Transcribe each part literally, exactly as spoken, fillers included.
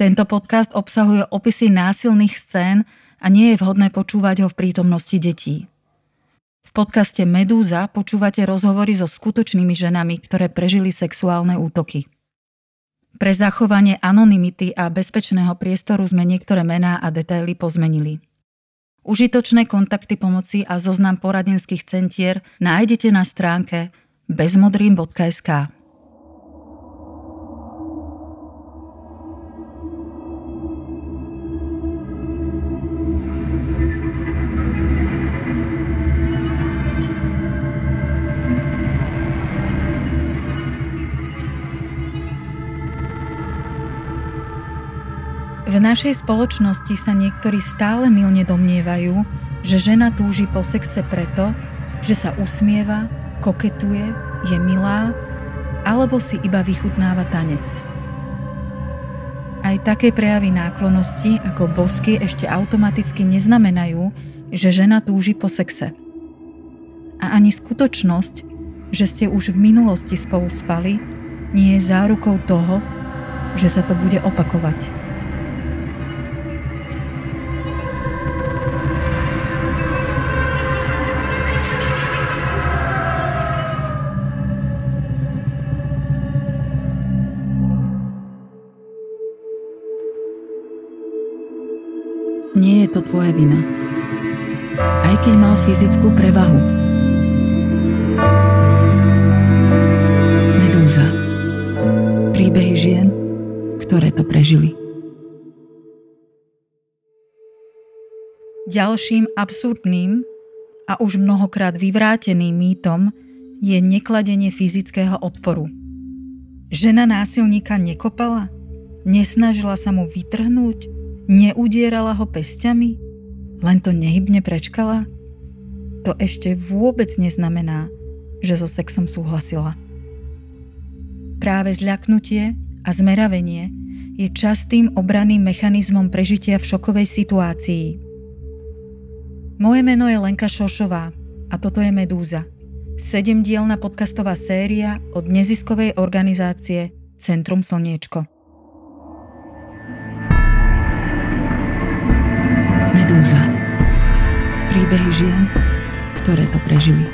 Tento podcast obsahuje opisy násilných scén a nie je vhodné počúvať ho v prítomnosti detí. V podcaste Medúza počúvate rozhovory so skutočnými ženami, ktoré prežili sexuálne útoky. Pre zachovanie anonymity a bezpečného priestoru sme niektoré mená a detaily pozmenili. Užitočné kontakty pomoci a zoznam poradenských centier nájdete na stránke bezmodrým bodka es ká. V našej spoločnosti sa niektorí stále mylne domnievajú, že žena túži po sexe preto, že sa usmieva, koketuje, je milá, alebo si iba vychutnáva tanec. Aj také prejavy náklonnosti ako bosky ešte automaticky neznamenajú, že žena túži po sexe. A ani skutočnosť, že ste už v minulosti spolu spali, nie je zárukou toho, že sa to bude opakovať. Nie je to tvoja vina. Aj keď mal fyzickú prevahu. Medúza. Príbehy žien, ktoré to prežili. Ďalším absurdným a už mnohokrát vyvráteným mýtom je nekladenie fyzického odporu. Žena násilníka nekopala? Nesnažila sa mu vytrhnúť? Neudierala ho pesťami? Len to nehybne prečkala? To ešte vôbec neznamená, že so sexom súhlasila. Práve zľaknutie a zmeravenie je častým obranným mechanizmom prežitia v šokovej situácii. Moje meno je Lenka Šošová a toto je Medúza. Sedemdielna podcastová séria od neziskovej organizácie Centrum Slniečko. Medúza. Príbehy žien, ktoré to prežili.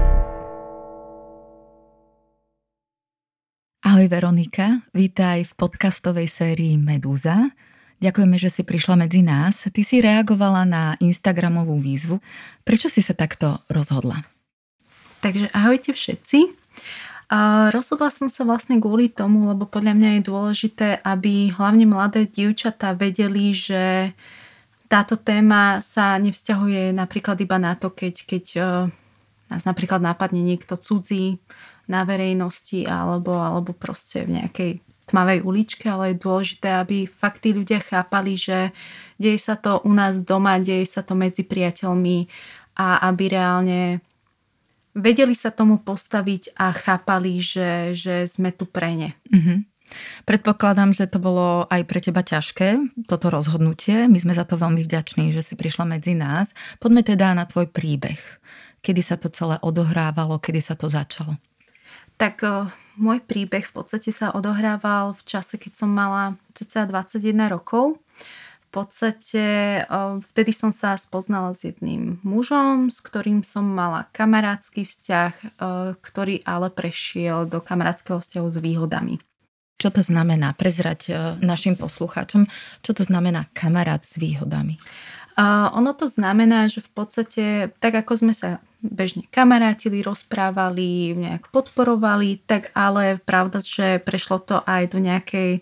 Ahoj Veronika, vítaj v podcastovej sérii Medúza. Ďakujeme, že si prišla medzi nás. Ty si reagovala na Instagramovú výzvu. Prečo si sa takto rozhodla? Takže ahojte všetci. Uh, rozhodla som sa vlastne kvôli tomu, lebo podľa mňa je dôležité, aby hlavne mladé dievčatá vedeli, že táto téma sa nevzťahuje napríklad iba na to, keď, keď uh, nás napríklad napadne niekto cudzí na verejnosti alebo, alebo proste v nejakej tmavej uličke, ale je dôležité, aby fakt tí ľudia chápali, že deje sa to u nás doma, deje sa to medzi priateľmi a aby reálne vedeli sa tomu postaviť a chápali, že, že sme tu pre ne. Mhm. Predpokladám, že to bolo aj pre teba ťažké, toto rozhodnutie. My sme za to veľmi vďační, že si prišla medzi nás. Poďme teda na tvoj príbeh. Kedy sa to celé odohrávalo, kedy sa to začalo? Tak uh, môj príbeh v podstate sa odohrával v čase, keď som mala cca dvadsaťjeden rokov. V podstate uh, vtedy som sa spoznala s jedným mužom, s ktorým som mala kamarátsky vzťah, uh, ktorý ale prešiel do kamarátskeho vzťahu s výhodami. Čo to znamená? Prezrať našim poslucháčom, čo to znamená kamarát s výhodami? Uh, ono to znamená, že v podstate, tak ako sme sa bežne kamarátili, rozprávali, nejak podporovali, tak ale pravda, že prešlo to aj do nejakej,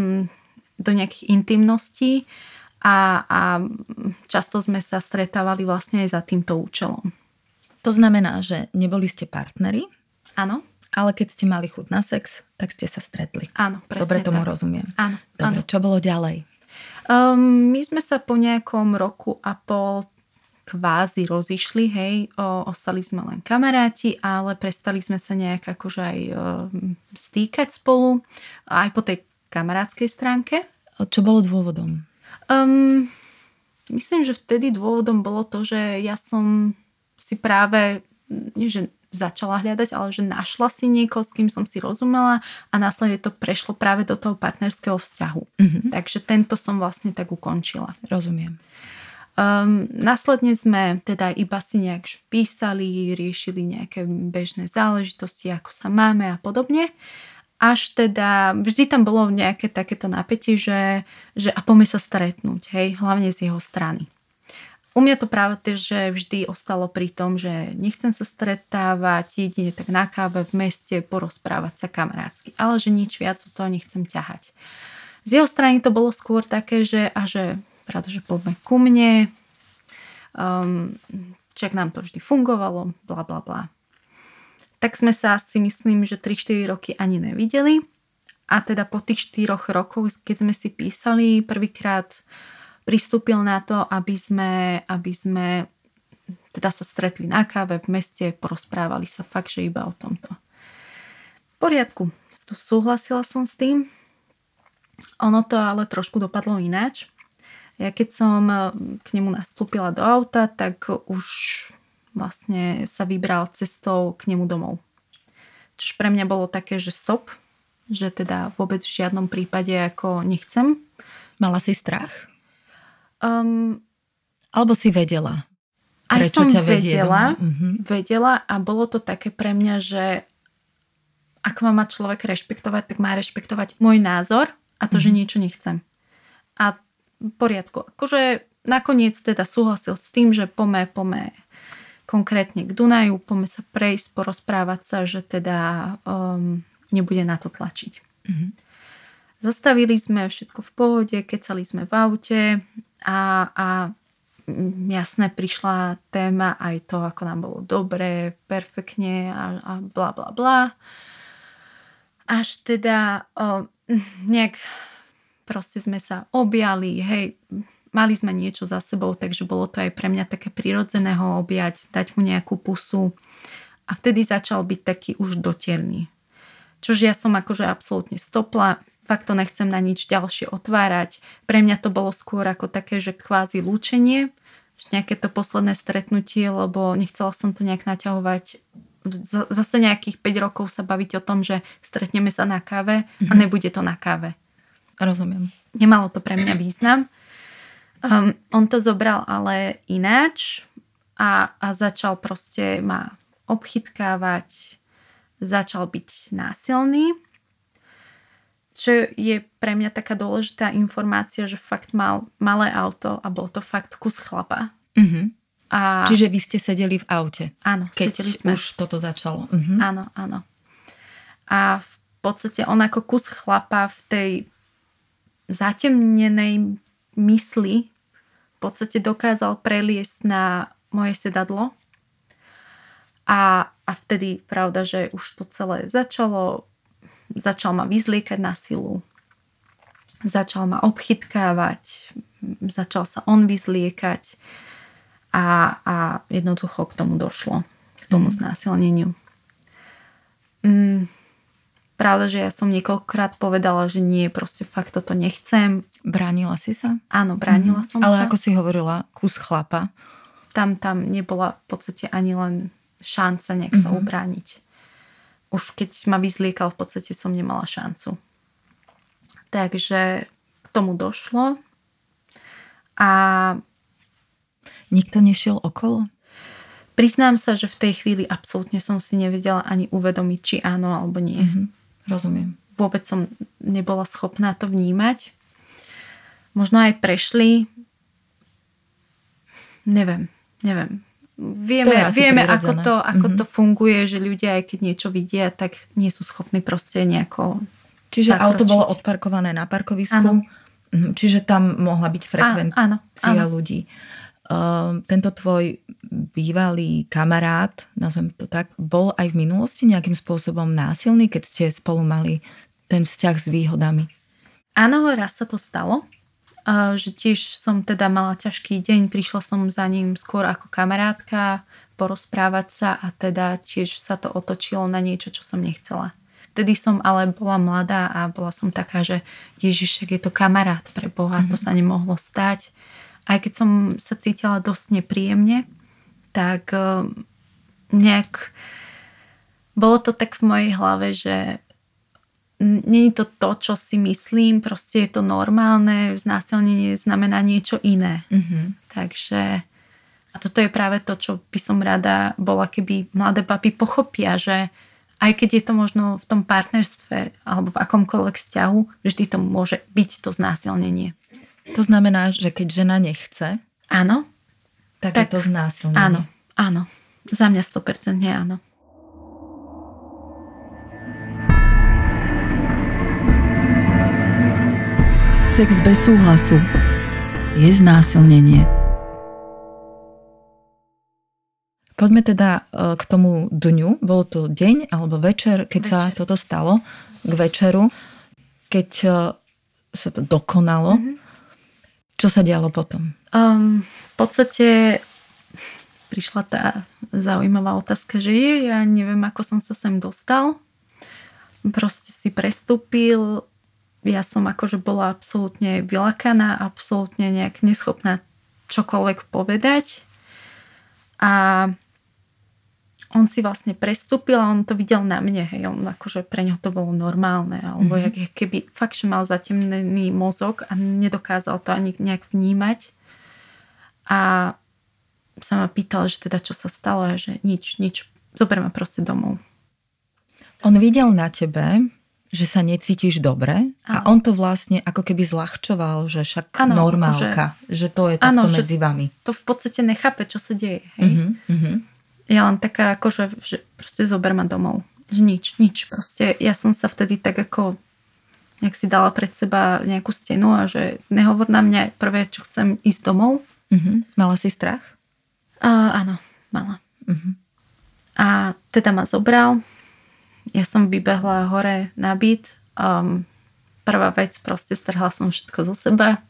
do nejakých intimností a, a často sme sa stretávali vlastne aj za týmto účelom. To znamená, že neboli ste partneri? Áno. Ale keď ste mali chuť na sex, tak ste sa stretli. Áno, presne. Dobre tomu tak. rozumiem. Áno. Dobre, áno. Čo bolo ďalej? Um, my sme sa po nejakom roku a pol kvázi rozišli, hej, o, ostali sme len kamaráti, ale prestali sme sa nejak akože aj o, stýkať spolu, aj po tej kamarátskej stránke. Čo bolo dôvodom? Um, myslím, že vtedy dôvodom bolo to, že ja som si práve, nie že začala hľadať, ale že našla si niekoho, s kým som si rozumela a následne to prešlo práve do toho partnerského vzťahu. Mm-hmm. Takže tento som vlastne tak ukončila. Rozumiem. Um, následne sme teda iba si nejak písali, riešili nejaké bežné záležitosti, ako sa máme a podobne. Až teda, vždy tam bolo nejaké takéto napätie, že, že a poďme sa stretnúť, hej, hlavne z jeho strany. U mňa to práve tiež, že vždy ostalo pri tom, že nechcem sa stretávať, jedine tak na káve v meste, porozprávať sa kamarátsky, ale že nič viac do toho nechcem ťahať. Z jeho strany to bolo skôr také, že a že, pravda, že poďme ku mne, um, čak nám to vždy fungovalo, bla bla bla. Tak sme sa si myslím, že tri štyri roky ani nevideli. A teda po tých štyroch rokoch, keď sme si písali, prvýkrát pristúpil na to, aby sme, aby sme teda sa stretli na káve v meste, porozprávali sa fakt, že iba o tomto. V poriadku, súhlasila som s tým. Ono to ale trošku dopadlo ináč. Ja keď som k nemu nastúpila do auta, tak už vlastne sa vybral cestou k nemu domov. Čiže pre mňa bolo také, že stop, že teda vôbec v žiadnom prípade ako nechcem. Mala si strach? Um, Alebo si vedela? Aj Prečo som ťa vedie vedela, uh-huh. vedela a bolo to také pre mňa, že ak ma má človek rešpektovať, tak má rešpektovať môj názor a to, uh-huh. že niečo nechcem. A v poriadku. Akože nakoniec teda súhlasil s tým, že pome, pome konkrétne k Dunaju, poďme sa prejsť, porozprávať sa, že teda um, nebude na to tlačiť. Mm-hmm. Zastavili sme všetko v pohode, kecali sme v aute a, a jasne prišla téma aj to, ako nám bolo dobre, perfektne a, a bla bla bla. Až teda um, nejak proste sme sa objali, hej, mali sme niečo za sebou, takže bolo to aj pre mňa také prirodzené ho objať, dať mu nejakú pusu a vtedy začal byť taký už dotierný. Čože ja som akože absolútne stopla, fakt to nechcem na nič ďalšie otvárať. Pre mňa to bolo skôr ako také, že kvázi lúčenie, nejaké to posledné stretnutie, lebo nechcela som to nejak naťahovať. Zase nejakých päť rokov sa baviť o tom, že stretneme sa na káve a nebude to na káve. Rozumiem. Nemalo to pre mňa význam. Um, on to zobral ale ináč a, a začal proste ma obchytkávať, začal byť násilný, čo je pre mňa taká dôležitá informácia, že fakt mal malé auto a bol to fakt kus chlapa. Uh-huh. A... Čiže vy ste sedeli v aute? Áno, keď sedeli sme. Už toto začalo. Uh-huh. Áno, áno. A v podstate on ako kus chlapa v tej zatemnenej mysli v podstate dokázal preliesť na moje sedadlo a, a vtedy pravda, že už to celé začalo, začal ma vyzliekať na silu, začal ma obchytkávať, začal sa on vyzliekať a, a jednoducho k tomu došlo, k tomu mm. znásilneniu. Mm. Pravda, že ja som niekoľkokrát povedala, že nie, proste fakt toto nechcem. Bránila si sa? Áno, bránila mm. som Ale sa. Ale ako si hovorila, kus chlapa. Tam, tam nebola v podstate ani len šanca nejak mm-hmm. sa ubrániť. Už keď ma vyzliekal, v podstate som nemala šancu. Takže k tomu došlo. A nikto nešiel okolo? Priznám sa, že v tej chvíli absolútne som si nevedela ani uvedomiť, či áno alebo nie. Mm-hmm. Rozumiem. Vôbec som nebola schopná to vnímať. Možno aj prešli. Neviem, neviem. Vieme, vieme ako, to, ako mm-hmm. to funguje, že ľudia, aj keď niečo vidia, tak nie sú schopní proste nejako Čiže zakročiť. Auto bolo odparkované na parkovisku. Áno. Čiže tam mohla byť frekvencia áno, áno. ľudí. Uh, tento tvoj bývalý kamarát, nazvem to tak, bol aj v minulosti nejakým spôsobom násilný, keď ste spolu mali ten vzťah s výhodami? Áno, raz sa to stalo. Uh, že tiež som teda mala ťažký deň, prišla som za ním skôr ako kamarátka porozprávať sa a teda tiež sa to otočilo na niečo, čo som nechcela. Vtedy som ale bola mladá a bola som taká, že Ježišek, je to kamarát, pre Boha, mm-hmm. to sa nemohlo stať. Aj keď som sa cítila dosť nepríjemne, tak nejak bolo to tak v mojej hlave, že nie je to to, čo si myslím, proste je to normálne, znásilnenie znamená niečo iné. Mm-hmm. Takže a toto je práve to, čo by som rada bola, keby mladé baby pochopia, že aj keď je to možno v tom partnerstve alebo v akomkoľvek vzťahu, vždy to môže byť to znásilnenie. To znamená, že keď žena nechce, áno, tak, tak je to znásilnenie. Áno, áno. Za mňa sto percent áno. Sex bez súhlasu je znásilnenie. Poďme teda k tomu dňu. Bol to deň alebo večer, keď večer. sa toto stalo, k večeru, keď sa to dokonalo. Mm-hmm. Čo sa dialo potom? Um, v podstate prišla tá zaujímavá otázka, že je, ja neviem, ako som sa sem dostal. Proste si prestúpil. Ja som akože bola absolútne vylakaná, absolútne nejak neschopná čokoľvek povedať. A on si vlastne prestúpil a on to videl na mne. Hej. On akože pre ňo to bolo normálne. Alebo mm-hmm. jak, keby fakt, že mal zatemnený mozog a nedokázal to ani nejak vnímať. A sa ma pýtal, že teda čo sa stalo a že nič, nič. Zober ma proste domov. On videl na tebe, že sa necítiš dobre a on to vlastne ako keby zľahčoval, že však ano, normálka, že, že to je takto ano, medzi vami. To v podstate nechápe, čo sa deje. Hej? Uh-huh, uh-huh. Ja len taká akože, že proste zober ma domov. Že nič, nič. Proste ja som sa vtedy tak ako nejak si dala pred seba nejakú stenu a že nehovor na mňa prvé, čo chcem ísť domov. Uh-huh. Mala si strach? Uh, áno, mala. Uh-huh. A teda ma zobral. Ja som vybehla hore na byt. Um, prvá vec, proste strhla som všetko zo seba.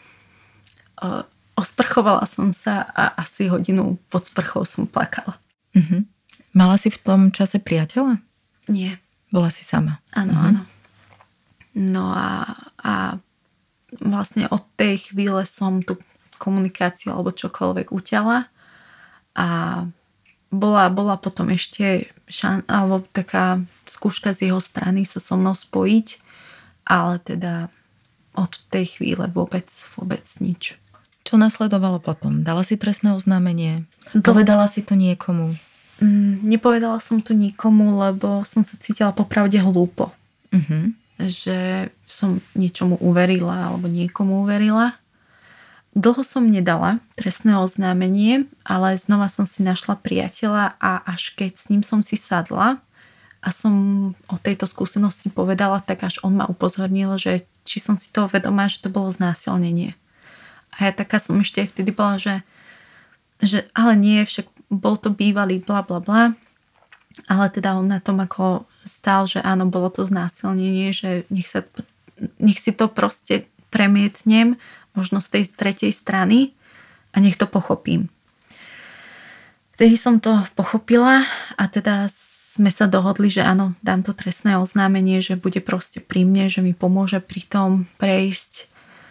Uh, osprchovala som sa a asi hodinu pod sprchou som plakala. Uh-huh. Mala si v tom čase priateľa? Nie. Bola si sama? Áno, uh-huh. áno. No a, a vlastne od tej chvíle som tú komunikáciu alebo čokoľvek utiala a bola, bola potom ešte šan, alebo taká skúška z jeho strany sa so mnou spojiť, ale teda od tej chvíle vôbec, vôbec nič. Čo nasledovalo potom? Dala si trestné oznámenie? Povedala si to niekomu? Mm, nepovedala som to nikomu, lebo som sa cítila popravde hlúpo. Uh-huh. Že som niečomu uverila alebo niekomu uverila. Dlho som nedala trestné oznámenie, ale znova som si našla priateľa a až keď s ním som si sadla a som o tejto skúsenosti povedala, tak až on ma upozornil, že či som si toho vedomá, že to bolo znásilnenie. A ja taká som ešte aj vtedy bola, že, že ale nie, však bol to bývalý bla bla bla, ale teda on na tom ako stál, že áno, bolo to znásilnenie, že nech, sa, nech si to proste premietnem možno z tej tretej strany a nech to pochopím. Vtedy som to pochopila a teda sme sa dohodli, že áno, dám to trestné oznámenie, že bude proste pri mne, že mi pomôže pri tom prejsť.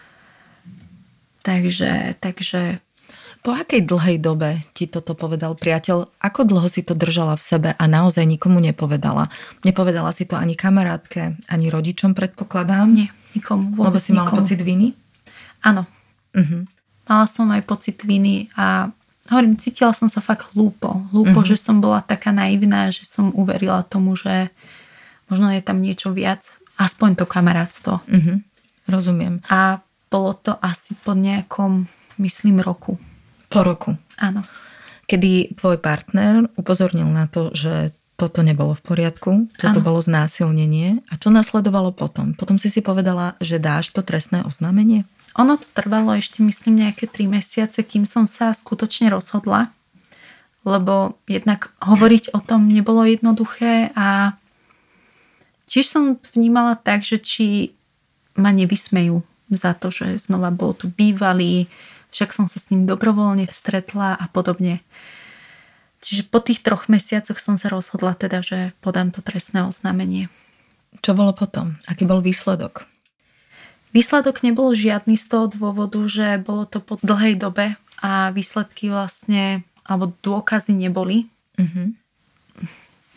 Takže, takže... Po akej dlhej dobe ti toto povedal priateľ? Ako dlho si to držala v sebe a naozaj nikomu nepovedala? Nepovedala si to ani kamarátke, ani rodičom, predpokladám? Nie, nikomu. Vôbec Lebo si mala nikomu. pocit viny? Áno. Uh-huh. Mala som aj pocit viny a hovorím, cítila som sa fakt hlúpo. Hlúpo, uh-huh. že som bola taká naivná, že som uverila tomu, že možno je tam niečo viac. Aspoň to kamarátstvo. Uh-huh. Rozumiem. A bolo to asi po nejakom, myslím, roku. Po roku? Áno. Kedy tvoj partner upozornil na to, že toto nebolo v poriadku, že to bolo znásilnenie. A čo nasledovalo potom? Potom si si povedala, že dáš to trestné oznámenie? Ono to trvalo ešte, myslím, nejaké tri mesiace, kým som sa skutočne rozhodla. Lebo jednak hovoriť o tom nebolo jednoduché a tiež som vnímala tak, že či ma nevysmejú za to, že znova bol tu bývalý, však som sa s ním dobrovoľne stretla a podobne. Čiže po tých troch mesiacoch som sa rozhodla teda, že podám to trestné oznámenie. Čo bolo potom? Aký bol výsledok? Výsledok nebol žiadny z toho dôvodu, že bolo to po dlhej dobe a výsledky vlastne, alebo dôkazy neboli. Uh-huh.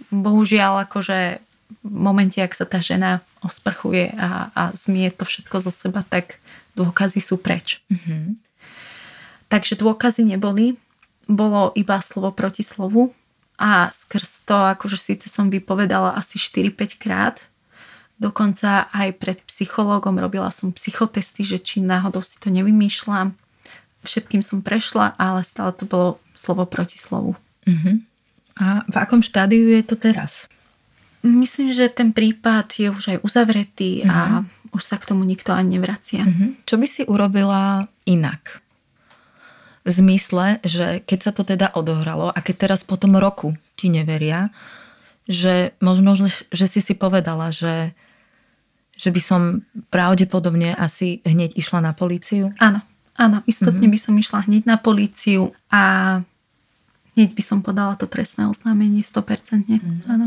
bohužiaľ akože v momente, ak sa tá žena osprchuje a, a zmie to všetko zo seba, tak dôkazy sú preč. Mm-hmm. Takže dôkazy neboli, bolo iba slovo proti slovu a skrz to, akože síce som vypovedala asi štyri päť krát, dokonca aj pred psychológom robila som psychotesty, že či náhodou si to nevymýšľam. Všetkým som prešla, ale stále to bolo slovo proti slovu. Uh-huh. A v akom štádiu je to teraz? Myslím, že ten prípad je už aj uzavretý uh-huh. a už sa k tomu nikto ani nevracia. Uh-huh. Čo by si urobila inak? V zmysle, že keď sa to teda odohralo a keď teraz po tom roku ti neveria, že možno, že si si povedala, že, že by som pravdepodobne asi hneď išla na políciu? Áno, áno, istotne mm-hmm. by som išla hneď na políciu a hneď by som podala to trestné oznámenie sto percent. Mm-hmm. Áno.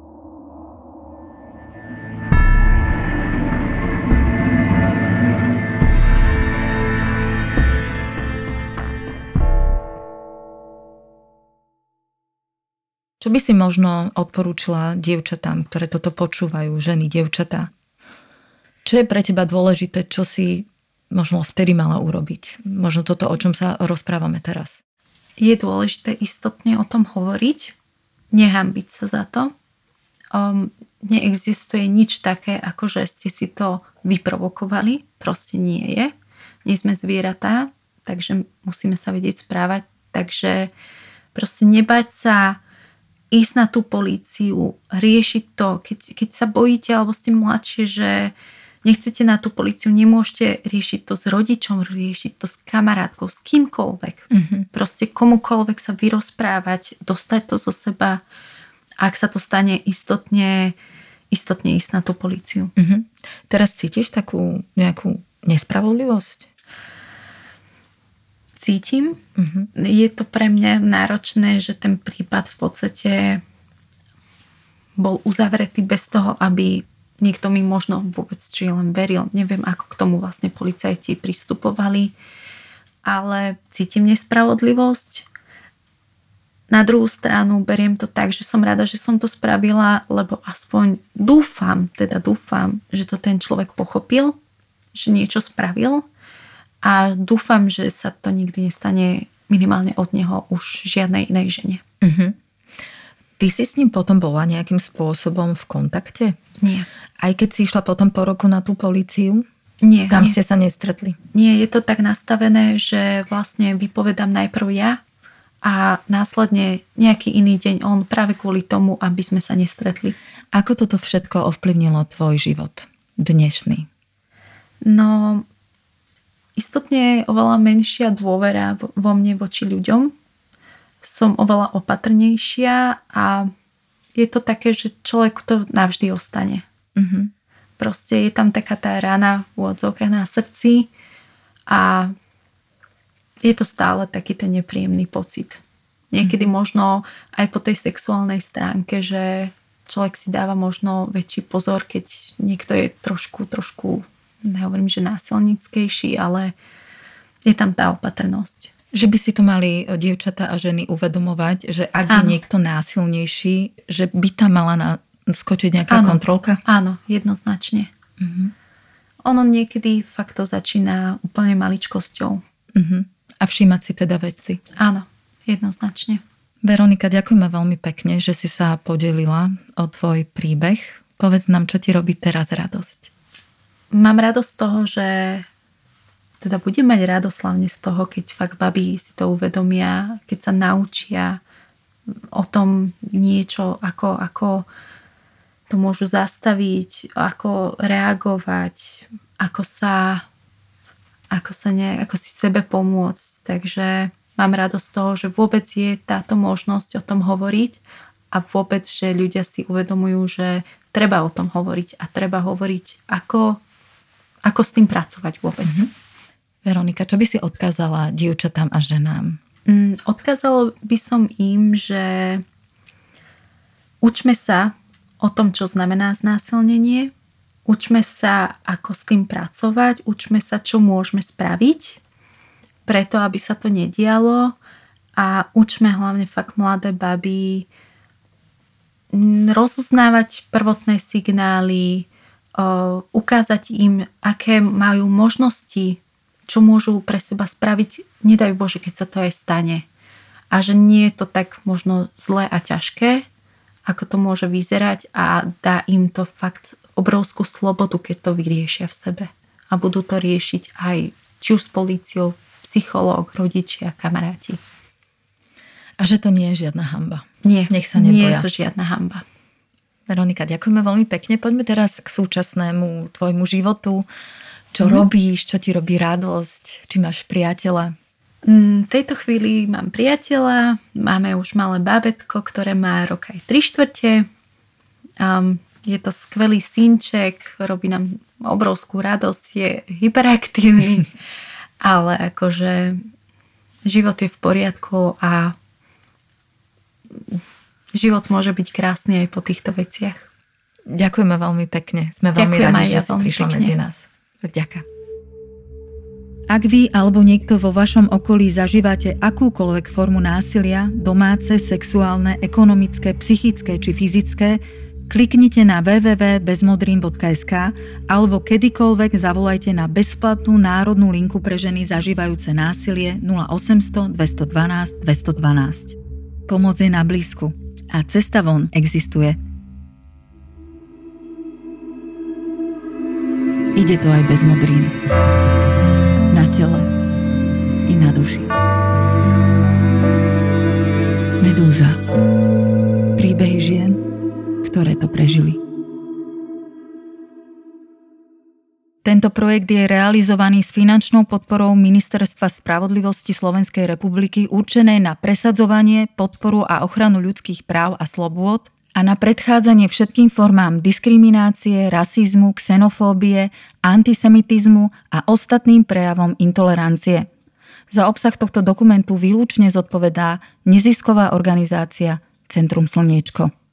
Čo by si možno odporúčila dievčatám, ktoré toto počúvajú, ženy, dievčatá? Čo je pre teba dôležité, čo si možno vtedy mala urobiť? Možno toto, o čom sa rozprávame teraz. Je dôležité istotne o tom hovoriť, nehanbiť sa za to. Um, neexistuje nič také, ako že ste si to vyprovokovali. Proste nie je. Nie sme zvieratá, takže musíme sa vedieť správať. Takže proste nebať sa ísť na tú políciu, riešiť to. Keď, keď sa bojíte, alebo ste mladšie, že nechcete na tú políciu, nemôžete riešiť to s rodičom, riešiť to s kamarátkou, s kýmkoľvek. Mm-hmm. Proste komukoľvek sa vyrozprávať, dostať to zo seba. Ak sa to stane, istotne, istotne ísť na tú políciu. Mm-hmm. Teraz cítiš takú nejakú nespravodlivosť? Cítim. Uh-huh. Je to pre mňa náročné, že ten prípad v podstate bol uzavretý bez toho, aby niekto mi možno vôbec či len veril. Neviem, ako k tomu vlastne policajti pristupovali, ale cítim nespravodlivosť. Na druhú stranu beriem to tak, že som rada, že som to spravila, lebo aspoň dúfam, teda dúfam, že to ten človek pochopil, že niečo spravil. A dúfam, že sa to nikdy nestane minimálne od neho už žiadnej inej žene. Uh-huh. Ty si s ním potom bola nejakým spôsobom v kontakte? Nie. Aj keď si išla potom po roku na tú políciu? Nie. Tam nie. ste sa nestretli? Nie, je to tak nastavené, že vlastne vypovedám najprv ja a následne nejaký iný deň on práve kvôli tomu, aby sme sa nestretli. Ako toto všetko ovplyvnilo tvoj život dnešný? No... Istotne je oveľa menšia dôvera vo mne voči ľuďom. Som oveľa opatrnejšia a je to také, že človek to navždy ostane. Uh-huh. Proste je tam taká tá rana v odzovkách na srdci a je to stále taký ten nepríjemný pocit. Niekedy uh-huh. možno aj po tej sexuálnej stránke, že človek si dáva možno väčší pozor, keď niekto je trošku, trošku nehovorím, že násilníckejší, ale je tam tá opatrnosť. Že by si to mali dievčatá a ženy uvedomovať, že ak áno. je niekto násilnejší, že by tam mala na, skočiť nejaká áno. kontrolka? Áno, jednoznačne. Uh-huh. Ono niekedy fakt to začína úplne maličkosťou. Uh-huh. A všímať si teda veci. Áno, jednoznačne. Veronika, ďakujeme veľmi pekne, že si sa podelila o tvoj príbeh. Povedz nám, čo ti robí teraz radosť. Mám radosť z toho, že teda budem mať radosť hlavne z toho, keď fakt babi si to uvedomia, keď sa naučia o tom niečo, ako, ako to môžu zastaviť, ako reagovať, ako sa, ako sa ne, ako si sebe pomôcť. Takže mám radosť z toho, že vôbec je táto možnosť o tom hovoriť a vôbec, že ľudia si uvedomujú, že treba o tom hovoriť a treba hovoriť, ako Ako s tým pracovať vôbec. Mm-hmm. Veronika, čo by si odkázala dievčatám a ženám? Mm, odkázala by som im, že učme sa o tom, čo znamená znásilnenie. Učme sa, ako s tým pracovať. Učme sa, čo môžeme spraviť, preto, aby sa to nedialo. A učme hlavne fakt mladé baby rozoznávať prvotné signály, ukázať im, aké majú možnosti, čo môžu pre seba spraviť, nedaj Bože, keď sa to aj stane. A že nie je to tak možno zlé a ťažké, ako to môže vyzerať, a dá im to fakt obrovskú slobodu, keď to vyriešia v sebe. A budú to riešiť aj či už s políciou, psychológ, rodičia, kamaráti. A že to nie je žiadna hanba. Nie, nech sa neboja. Nie je to žiadna hanba. Veronika, ďakujeme veľmi pekne. Poďme teraz k súčasnému tvojmu životu. Čo mm. robíš, čo ti robí radosť, či máš priateľa? V tejto chvíli mám priateľa, máme už malé bábätko, ktoré má rok aj tri štvrte. Um, je to skvelý synček, robí nám obrovskú radosť, je hyperaktívny, ale akože život je v poriadku a život môže byť krásny aj po týchto veciach. Ďakujeme veľmi pekne. Sme veľmi Ďakujem radi, ja že si prišla pekne medzi nás. Vďaka. Ak vy alebo niekto vo vašom okolí zažívate akúkoľvek formu násilia, domáce, sexuálne, ekonomické, psychické či fyzické, kliknite na w w w bodka bezmodrím bodka es ka alebo kedykoľvek zavolajte na bezplatnú národnú linku pre ženy zažívajúce násilie nula osemsto dvestodvanásť dvestodvanásť. Pomoc je na blízku a cesta von existuje. Ide to aj bez modrín. Na tele i na duši. Medúza. Príbehy žien, ktoré to prežili. Tento projekt je realizovaný s finančnou podporou Ministerstva spravodlivosti Slovenskej republiky určené na presadzovanie, podporu a ochranu ľudských práv a slobôd a na predchádzanie všetkým formám diskriminácie, rasizmu, xenofóbie, antisemitizmu a ostatným prejavom intolerancie. Za obsah tohto dokumentu výlučne zodpovedá nezisková organizácia Centrum Slniečko.